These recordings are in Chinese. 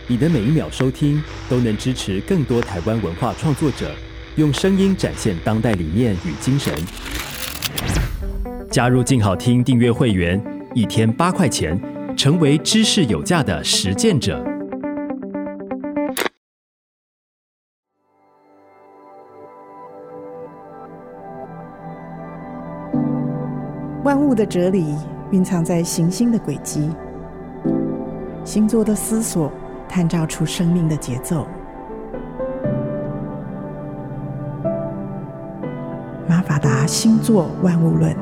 你的每一秒收听都能支持更多台湾文化创作者，用声音展现当代理念与精神。加入静好听订阅会员，1天8块钱，成为知识有价的实践者。 万物的哲理蕴藏在行星的轨迹，星座的思索探照出生命的节奏。马法达星座万物论。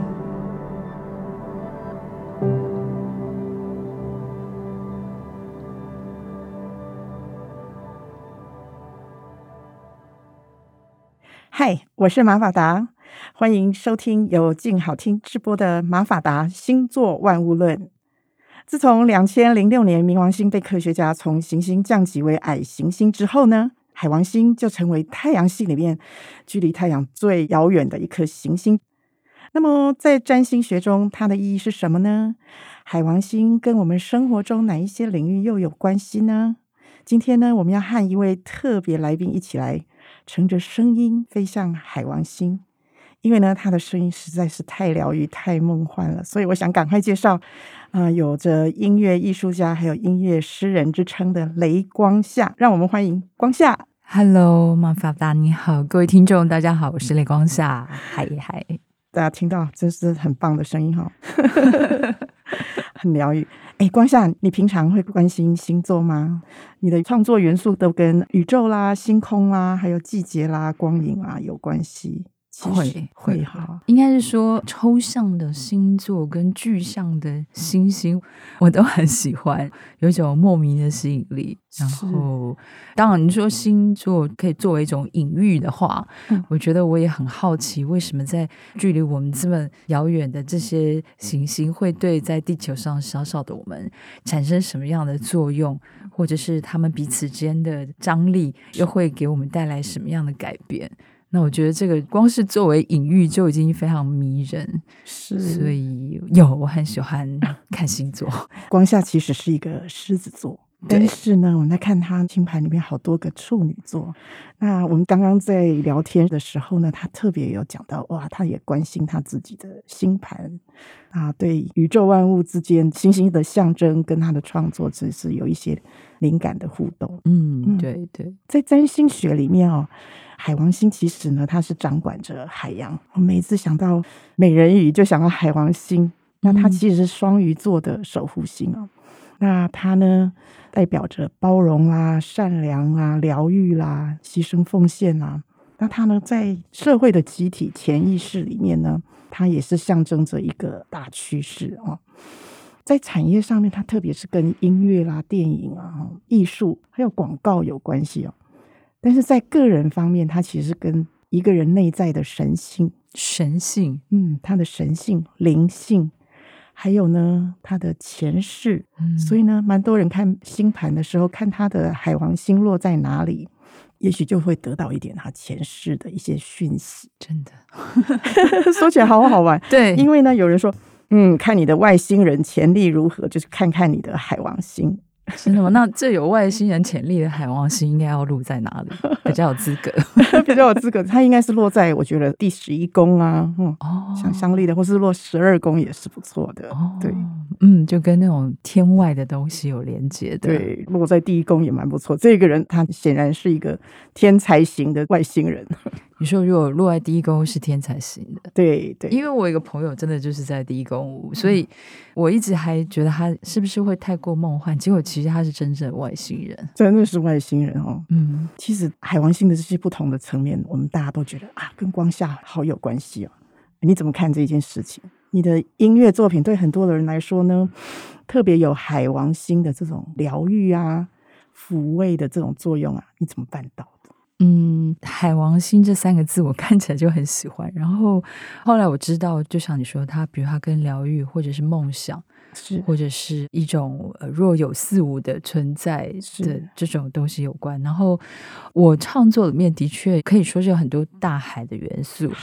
嗨，我是马法达，欢迎收听由静好听直播的马法达星座万物论。自从2006年冥王星被科学家从行星降级为矮行星之后呢，海王星就成为太阳系里面距离太阳最遥远的一颗行星。那么在占星学中，它的意义是什么呢？海王星跟我们生活中哪一些领域又有关系呢？今天呢，我们要和一位特别来宾一起来乘着声音飞向海王星，因为呢，他的声音实在是太疗愈、太梦幻了，所以我想赶快介绍有着音乐艺术家还有音乐诗人之称的雷光夏，让我们欢迎光夏。 Hello， 马法达你好，各位听众大家好，我是雷光夏，嗨嗨， 大家听到真是很棒的声音哈，很疗愈。光夏，你平常会关心星座吗？你的创作元素都跟宇宙啦、星空啦，还有季节啦、光影啦有关系？会哈， 应该是说抽象的星座跟具象的星星我都很喜欢，有一种莫名的吸引力。然后当然你说星座可以作为一种隐喻的话，我觉得我也很好奇，为什么在距离我们这么遥远的这些行星会对在地球上小小的我们产生什么样的作用，或者是他们彼此之间的张力又会给我们带来什么样的改变。那我觉得这个光是作为隐喻就已经非常迷人，所以我很喜欢看星座。 光夏其实是一个狮子座，但是呢，我们在看他星盘里面好多个处女座。那我们刚刚在聊天的时候呢，他特别有讲到，哇，他也关心他自己的星盘对宇宙万物之间星星的象征跟他的创作只是有一些灵感的互动。 对对， 在占星学里面海王星其实呢，它是掌管着海洋。我每次想到美人鱼就想到海王星，那它其实是双鱼座的守护星那它呢代表着包容啦、善良啦、疗愈啦、牺牲奉献啦。那它呢在社会的集体潜意识里面呢，它也是象征着一个大趋势在产业上面，它特别是跟音乐啦、电影艺术还有广告有关系但是在个人方面，它其实跟一个人内在的神性，他的神性、灵性，还有呢他的前世所以呢，蛮多人看星盘的时候，看他的海王星落在哪里，也许就会得到一点他前世的一些讯息。 真的说起来好好玩对， 因为呢有人说看你的外星人潜力如何，就是看看你的海王星。 真的吗？那这有外星人潜力的海王星应该要落在哪里比较有资格？ 比较有资格，它应该是落在我觉得第11宫想象力的，或是落12宫也是不错的。对， 就跟那种天外的东西有连接的。 对，落在第1宫也蛮不错。这个人他显然是一个天才型的外星人。 你说如果落在第1宫是天才型的， 对对， 因为我有一个朋友真的就是在第1宫，所以我一直还觉得他是不是会太过梦幻，结果其实他是真正的外星人， 真的是外星人其实海王星的这些不同的层面，我们大家都觉得跟光夏好有关系你怎么看这件事情？你的音乐作品对很多的人来说呢，特别有海王星的这种疗愈抚慰的这种作用你怎么办到的？ 海王星这3个字我看起来就很喜欢，然后后来我知道，就像你说它，比如它跟疗愈或者是梦想，或者是一种若有似无的存在的这种东西有关。然后我创作里面的确可以说是有很多大海的元素，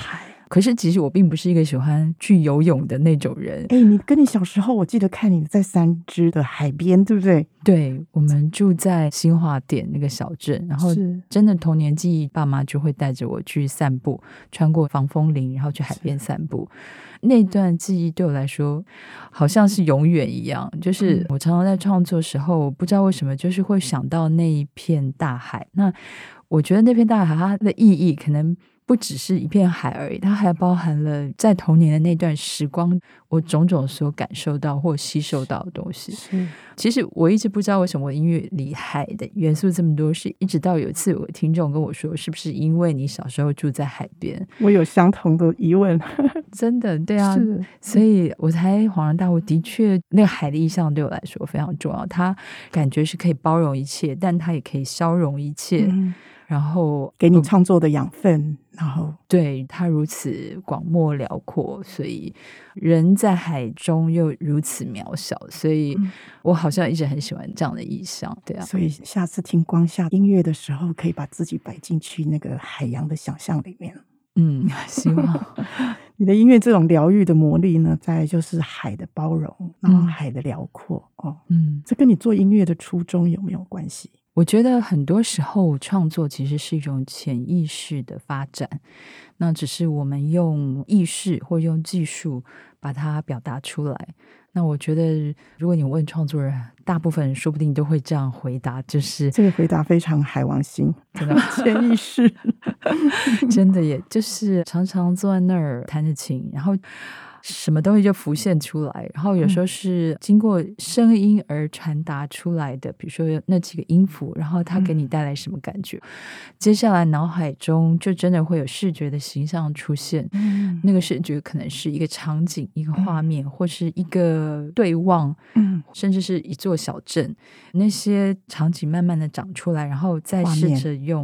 可是其实我并不是一个喜欢去游泳的那种人。 你跟你小时候，我记得看你在三芝的海边，对不对？ 对，我们住在新华店那个小镇，然后真的童年记忆，爸妈就会带着我去散步，穿过防风林，然后去海边散步。那段记忆对我来说好像是永远一样，就是我常常在创作的时候，不知道为什么就是会想到那一片大海。那我觉得那片大海它的意义可能不只是一片海而已，它还包含了在童年的那段时光我种种所感受到或吸收到的东西。其实我一直不知道为什么我音乐里海的元素这么多，是一直到有一次我听众跟我说，是不是因为你小时候住在海边？ 我有相同的疑问。 真的，对啊，所以我才恍然大悟，的确那个海的意象对我来说非常重要，它感觉是可以包容一切，但它也可以消融一切，然后给你创作的养分，然后对它如此广漠辽阔，所以人在海中又如此渺小，所以我好像一直很喜欢这样的意象。对啊， 所以下次听光夏音乐的时候，可以把自己摆进去那个海洋的想象里面。 希望你的音乐这种疗愈的魔力呢，再来就是海的包容，然后海的辽阔这跟你做音乐的初衷有没有关系？ 我觉得很多时候创作其实是一种潜意识的发展，那只是我们用意识或用技术把它表达出来。那我觉得如果你问创作人，大部分人说不定都会这样回答，就是这个回答非常海王星， 真的潜意识真的也就是常常坐在那儿弹着琴，然后什么东西就浮现出来，然后有时候是经过声音而传达出来的，比如说那几个音符，然后它给你带来什么感觉，接下来脑海中就真的会有视觉的形象出现，那个视觉可能是一个场景，一个画面，或是一个对望，甚至是一座小镇，那些场景慢慢的长出来，然后再试着用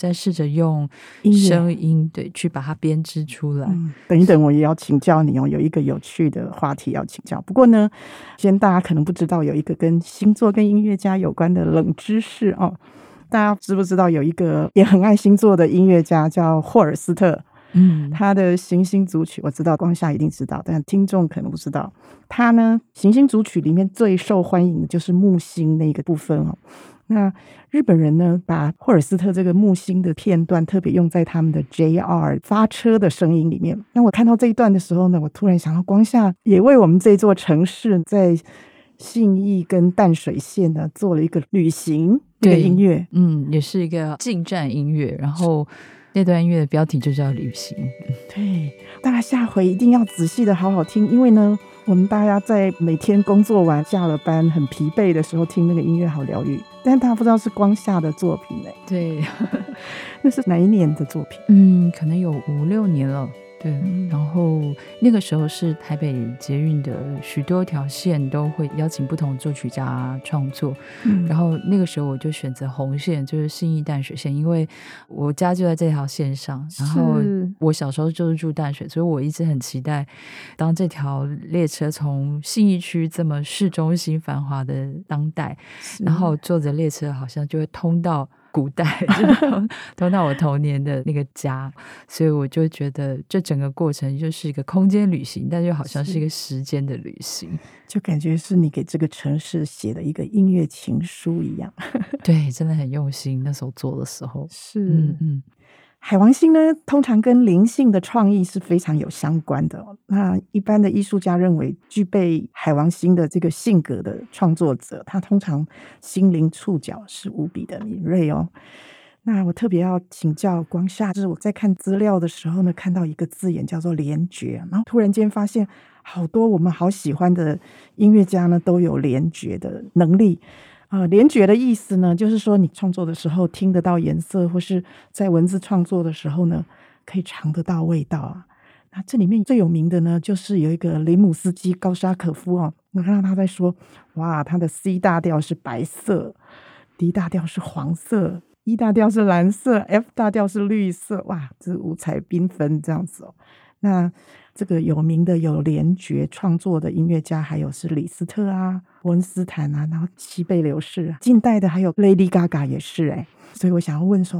声音对去把它编织出来。 等一等，我也要请教你有一个有趣的话题要请教。不过呢，先大家可能不知道有一个跟星座跟音乐家有关的冷知识大家知不知道有一个也很爱星座的音乐家叫霍尔斯特？他的行星组曲我知道，光夏一定知道，但听众可能不知道。他呢，行星组曲里面最受欢迎的就是木星那个部分那日本人呢，把霍尔斯特这个木星的片段特别用在他们的 JR 发车的声音里面。那我看到这一段的时候呢，我突然想到光夏也为我们这座城市在信义跟淡水县呢做了一个旅行的音乐， 也是一个进站音乐，然后那段音乐的标题就叫旅行。 对，大家下回一定要仔细的好好听，因为呢我们大家在每天工作完下了班很疲惫的时候听那个音乐好疗愈，但大家不知道是光夏的作品对那是哪一年的作品？ 可能有5-6年了。对，然后那个时候是台北捷运的许多条线都会邀请不同作曲家创作，然后那个时候我就选择红线，就是信义淡水线，因为我家就在这条线上，然后我小时候就是住淡水，所以我一直很期待当这条列车从信义区这么市中心繁华的当代，然后坐着列车好像就会通到古代，通到我童年的那个家，所以我就觉得这整个过程就是一个空间旅行，但又好像是一个时间的旅行， 就感觉是你给这个城市写的一个音乐情书一样。 对，真的很用心，那时候做的时候是海王星呢，通常跟灵性的创意是非常有相关的那一般的艺术家认为，具备海王星的这个性格的创作者，他通常心灵触角是无比的敏锐那我特别要请教光夏，就是我在看资料的时候呢，看到一个字眼叫做联觉，然后突然间发现好多我们好喜欢的音乐家呢都有联觉的能力。联觉的意思呢，就是说你创作的时候听得到颜色，或是在文字创作的时候呢，可以尝得到味道那这里面最有名的呢，就是有一个林姆斯基高沙可夫我看到他在说，哇，他的 C 大调是白色， D 大调是黄色， E 大调是蓝色， F 大调是绿色，哇，这五彩缤纷这样子那这个有名的有联觉创作的音乐家，还有是李斯特伯恩斯坦然后西贝流士近代的还有 Lady Gaga 也是所以我想要问说，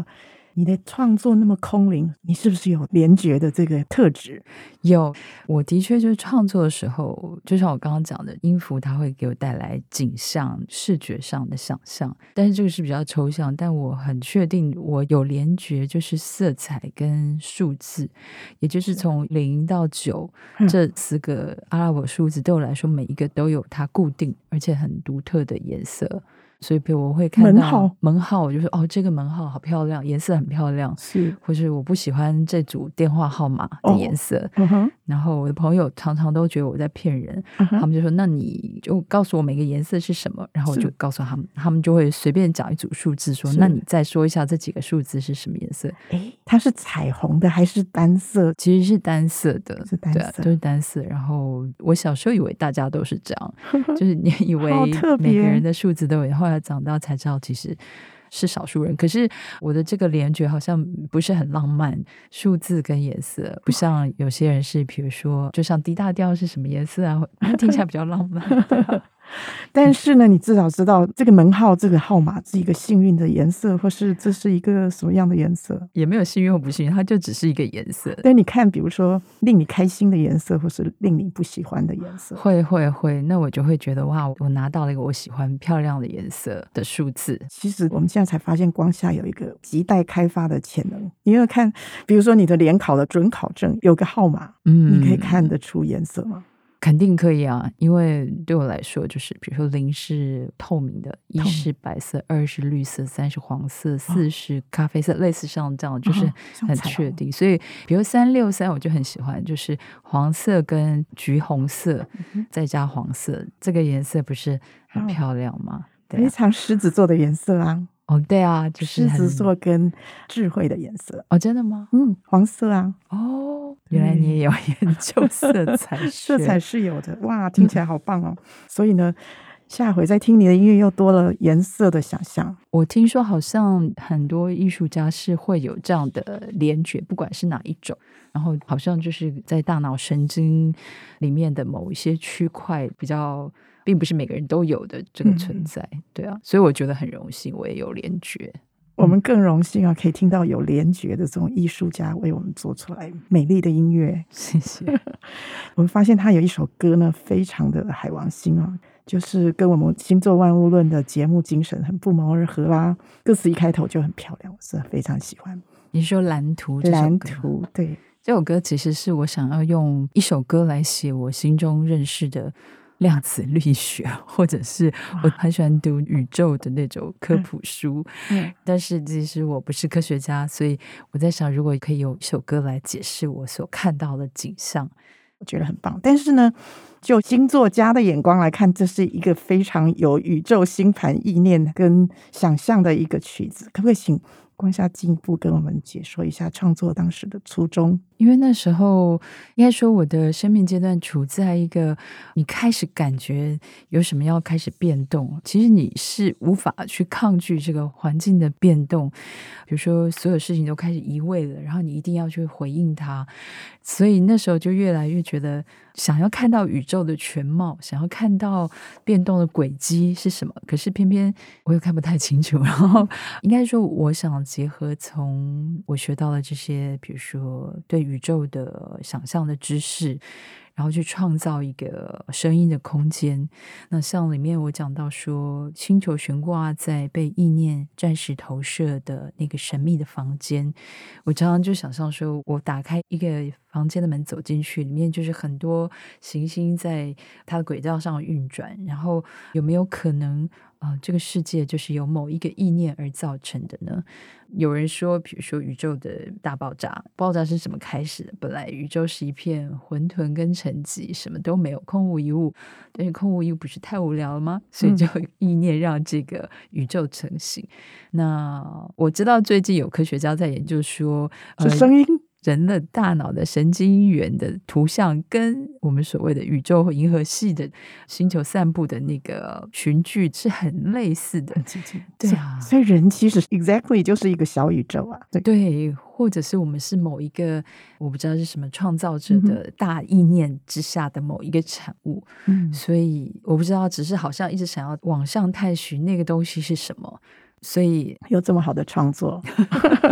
你的创作那么空灵，你是不是有联觉的这个特质？ 有，我的确就是创作的时候，就像我刚刚讲的，音符它会给我带来景象、视觉上的想象，但是这个是比较抽象。但我很确定，我有联觉，就是色彩跟数字，也就是从0到9这4个阿拉伯数字，对我来说，每一个都有它固定而且很独特的颜色。所以比如我会看到门号，我就说这个门号好漂亮，颜色很漂亮， 是， 或是我不喜欢这组电话号码的颜色，然后我的朋友常常都觉得我在骗人，他们就说那你就告诉我每个颜色是什么，然后我就告诉他们，他们就会随便讲一组数字说那你再说一下这几个数字是什么颜色。 它是彩虹的还是单色？ 其实是单色的， 是单色， 对，都是单色。然后我小时候以为大家都是这样就是你以为每个人的数字都有，后来长大才知道其实是少数人。可是我的这个联觉好像不是很浪漫，数字跟颜色不像有些人是比如说就像 D 大调是什么颜色啊，听起来比较浪漫但是呢，你至少知道这个门号这个号码是一个幸运的颜色，或是这是一个什么样的颜色？ 也没有幸运或不幸运，它就只是一个颜色。 但你看比如说令你开心的颜色，或是令你不喜欢的颜色， 会，那我就会觉得哇，我拿到了一个我喜欢漂亮的颜色的数字。 其实我们现在才发现光下有一个亟待开发的潜能。你有看比如说你的联考的准考证有个号码，你可以看得出颜色吗？ 肯定可以啊，因为对我来说就是比如说0是透明的，1是白色，2是绿色，3是黄色，4是咖啡色，类似像这样就是很确定。所以比如363我就很喜欢，就是黄色跟橘红色再加黄色，这个颜色不是很漂亮吗？对啊， 非常狮子座的颜色啊。 对啊，就是狮子座跟智慧的颜色。 真的吗？ 黄色啊。 原来你也有研究色彩学色彩是有的。哇，听起来好棒哦。所以呢下回再听你的音乐又多了颜色的想象。 我听说好像很多艺术家是会有这样的联觉，不管是哪一种，然后好像就是在大脑神经里面的某一些区块比较并不是每个人都有的这个存在。对啊，所以我觉得很荣幸我也有联觉。 我们更荣幸啊，可以听到有联觉的这种艺术家为我们做出来美丽的音乐。 谢谢我们发现他有一首歌呢非常的海王星啊，就是跟我们星座万物论的节目精神很不谋而合啦。歌词一开头就很漂亮，我是非常喜欢。 你说蓝图这首歌？ 蓝图，对， 这首歌其实是我想要用一首歌来写我心中认识的量子力学，或者是我很喜欢读宇宙的那种科普书，但是其实我不是科学家，所以我在想如果可以有一首歌来解释我所看到的景象， 我觉得很棒。但是呢就星座家的眼光来看，这是一个非常有宇宙星盘意念跟想象的一个曲子，可不可以请光夏进一步跟我们解说一下创作当时的初衷？ 因为那时候应该说我的生命阶段处在一个你开始感觉有什么要开始变动，其实你是无法去抗拒这个环境的变动，比如说所有事情都开始移位了，然后你一定要去回应它，所以那时候就越来越觉得想要看到宇宙的全貌，想要看到变动的轨迹是什么，可是偏偏我又看不太清楚。然后应该说我想结合从我学到的这些比如说对宇宙的想象的知识，然后去创造一个声音的空间。那像里面我讲到说星球悬挂在被意念暂时投射的那个神秘的房间，我常常就想象说我打开一个房间的门走进去，里面就是很多行星在它的轨道上运转，然后有没有可能这个世界就是由某一个意念而造成的呢？有人说比如说宇宙的大爆炸是怎么开始的？本来宇宙是一片混沌跟沉寂，什么都没有，空无一物，但是空无一物不是太无聊了吗？所以就意念让这个宇宙成型。那我知道最近有科学家在研究说是声音， 人的大脑的神经元的图像跟我们所谓的宇宙或银河系的星球散布的那个群聚是很类似的。对啊， 所以人其实 exactly 就是一个小宇宙啊。 对，或者是我们是某一个我不知道是什么创造者的大意念之下的某一个产物。所以我不知道，只是好像一直想要往上探寻那个东西是什么，所以有这么好的创作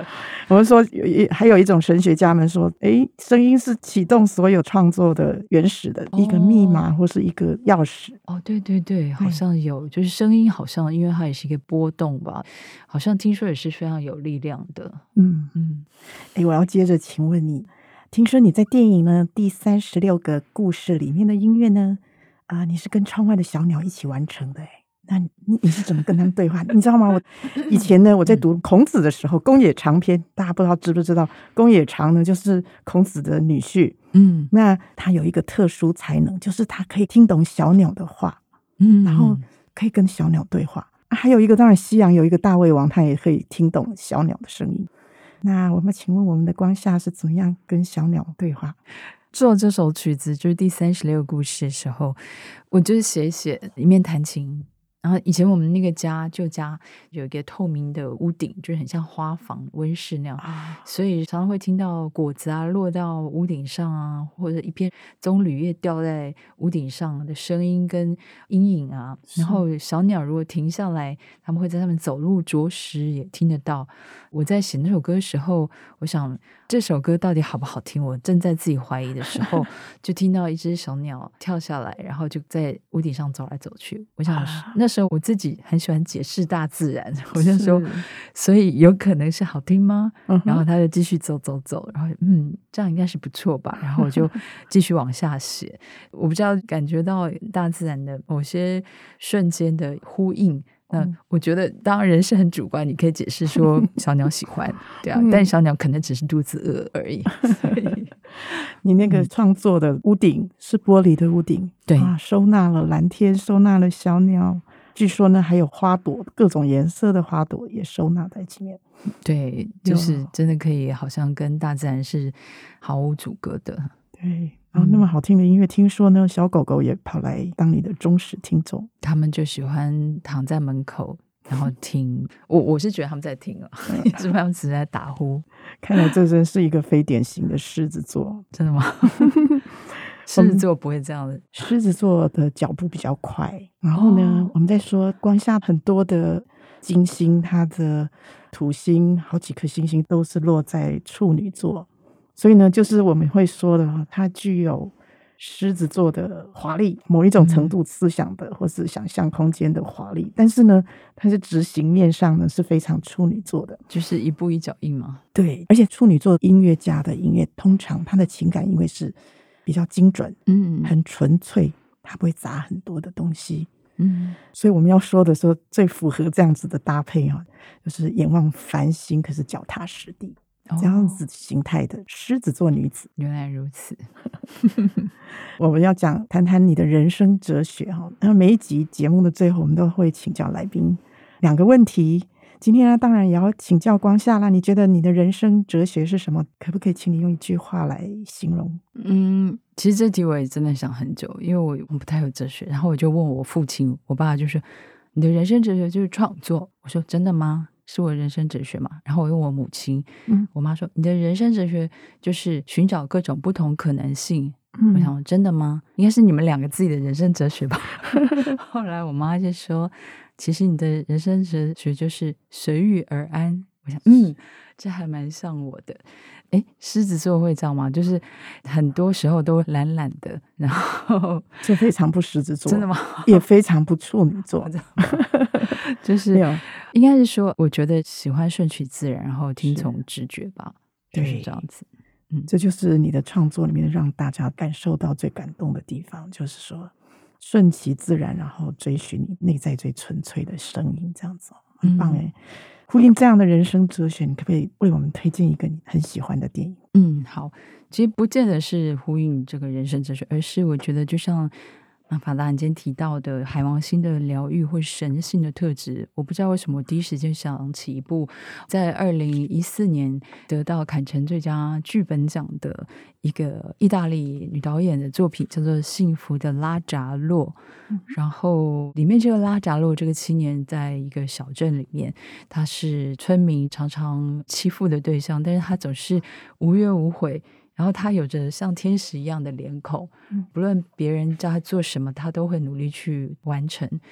我们说还有一种神学家们说，声音是启动所有创作的原始的一个密码或是一个钥匙。 对对对，好像有，就是声音好像因为它也是一个波动吧，好像听说也是非常有力量的。 我要接着请问你，听说你在电影呢第36个故事里面的音乐呢，你是跟窗外的小鸟一起完成的。那你是怎么跟他们对话？你知道吗？我以前呢，我在读孔子的时候，公冶长篇，大家不知道知不知道？公冶长呢，就是孔子的女婿。那他有一个特殊才能，就是他可以听懂小鸟的话，然后可以跟小鸟对话。还有一个，当然西洋有一个大胃王，他也可以听懂小鸟的声音。那我们请问我们的光夏是怎么样跟小鸟对话？ 做这首曲子就是第36个故事的时候，我就是写一面弹琴。然后以前我们那个旧家有一个透明的屋顶，就是很像花房温室那样，所以常常会听到果子落到屋顶上啊，或者一片棕榈叶掉在屋顶上的声音跟阴影啊。然后小鸟如果停下来，他们会在上面走路啄食，也听得到。我在写那首歌的时候，我想这首歌到底好不好听，我正在自己怀疑的时候，就听到一只小鸟跳下来，然后就在屋顶上走来走去。我想那时候我自己很喜欢解释大自然，我就说所以有可能是好听吗？然后他就继续走，然后这样应该是不错吧，然后我就继续往下写。我不知道感觉到大自然的某些瞬间的呼应。那我觉得当然人是很主观，你可以解释说小鸟喜欢对啊，但小鸟可能只是肚子饿而已。 你那个创作的屋顶是玻璃的屋顶， 对， 收纳了蓝天，收纳了小鸟，据说呢还有花朵，各种颜色的花朵也收纳在里面。 对，就是真的可以好像跟大自然是毫无阻隔的。 对，然后那么好听的音乐，听说呢小狗狗也跑来当你的忠实听众， 他们就喜欢躺在门口然后听。我是觉得他们在听啊，是不是他们只是在打呼？ 看来这真是一个非典型的狮子座。 真的吗？狮子座不会这样的。 狮子座的脚步比较快，然后呢我们在说光夏很多的金星，它的土星好几颗星星都是落在处女座，所以呢就是我们会说的它具有狮子座的华丽，某一种程度思想的或是想象空间的华丽，但是呢它是执行面上呢是非常处女座的， 就是一步一脚印嘛。 对，而且处女座音乐家的音乐通常他的情感因为是比较精准，很纯粹，他不会杂很多的东西。所以我们要说的说最符合这样子的搭配就是眼望繁星可是脚踏实地，这样子形态的狮子座女子。 原来如此。 我们要谈谈你的人生哲学。那每一集节目的最后我们都会请教来宾2个问题，今天呢当然也要请教光夏啦，你觉得你的人生哲学是什么？可不可以请你用一句话来形容？ 其实这题我也真的想很久，因为我不太有哲学，然后我就问我父亲，我爸就说你的人生哲学就是创作。我说真的吗？是我人生哲学嘛？然后我问我母亲，我妈说你的人生哲学就是寻找各种不同可能性。我想真的吗？应该是你们2个自己的人生哲学吧。后来我妈就说其实你的人生哲学就是随遇而安。我想这还蛮像我的。狮子座会这样吗？就是很多时候都懒懒的，然后这非常不狮子座。 真的吗？ 也非常不处女座。 就是应该是说我觉得喜欢顺其自然，然后听从直觉吧，就是这样子。 这就是你的创作里面让大家感受到最感动的地方，就是说顺其自然，然后追寻你内在最纯粹的声音，这样子很棒耶。呼应这样的人生哲学，你可不可以为我们推荐一个你很喜欢的电影？ 好，其实不见得是呼应这个人生哲学，而是我觉得就像法达你今天提到的海王星的疗愈或神性的特质，我不知道为什么我第一时间想起一部在2014年得到坎城最佳剧本奖的一个意大利女导演的作品，叫做《幸福的拉扎洛》。然后里面这个拉扎洛这个青年在一个小镇里面，他是村民常常欺负的对象，但是他总是无怨无悔，然后他有着像天使一样的脸孔，不论别人叫他做什么他都会努力去完成。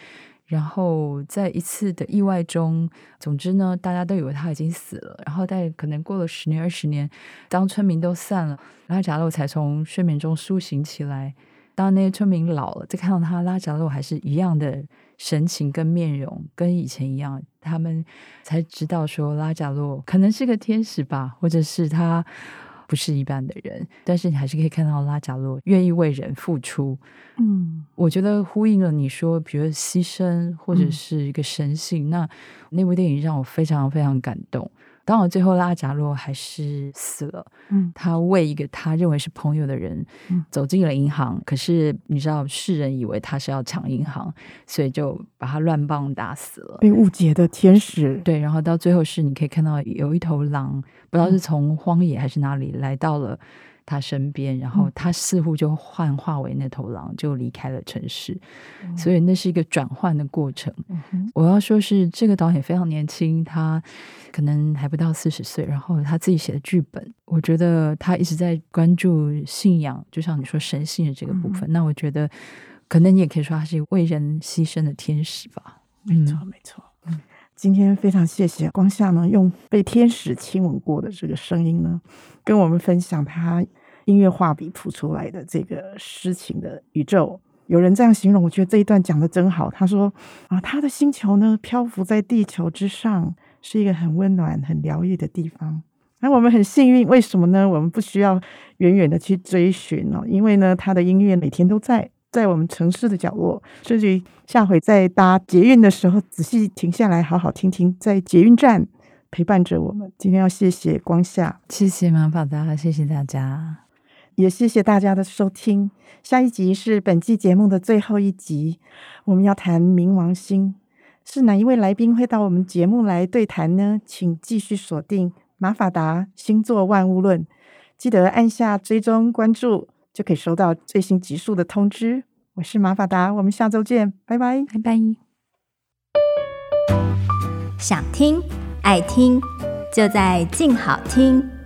然后在一次的意外中，总之呢，大家都以为他已经死了。然后但可能过了10年、20年，当村民都散了，拉扎洛才从睡眠中苏醒起来。当那些村民老了，再看到他，拉扎洛还是一样的神情跟面容，跟以前一样，他们才知道说拉扎洛可能是个天使吧，或者是他不是一般的人，但是你还是可以看到拉扎洛愿意为人付出。我觉得呼应了你说比如牺牲或者是一个神性，那部电影让我非常非常感动。当然最后拉扎洛还是死了，他为一个他认为是朋友的人走进了银行，可是你知道世人以为他是要抢银行，所以就把他乱棒打死了， 被误解的天使。 对，然后到最后是你可以看到有一头狼，不知道是从荒野还是哪里来到了他身边，然后他似乎就幻化为那头狼，就离开了城市，所以那是一个转换的过程。我要说是这个导演非常年轻，他可能还不到40岁，然后他自己写的剧本，我觉得他一直在关注信仰，就像你说神性的这个部分，那我觉得可能你也可以说他是为人牺牲的天使吧。 没错没错。今天非常谢谢光夏呢，用被天使亲吻过的这个声音呢，跟我们分享他音乐画笔谱出来的这个诗情的宇宙。有人这样形容，我觉得这一段讲得真好。他说他的星球呢漂浮在地球之上，是一个很温暖很疗愈的地方。那我们很幸运，为什么呢？我们不需要远远的去追寻因为呢他的音乐每天都在我们城市的角落，甚至于下回在搭捷运的时候仔细停下来好好听听，在捷运站陪伴着我们。今天要谢谢光夏， 谢谢马法达，谢谢大家， 也谢谢大家的收听。下一集是本季节目的最后一集，我们要谈冥王星，是哪一位来宾会到我们节目来对谈呢？请继续锁定马法达星座万物论，记得按下追踪关注，就可以收到最新集数的通知。我是马法达，我们下周见，拜拜， 拜拜。 想听爱听，就在静好听。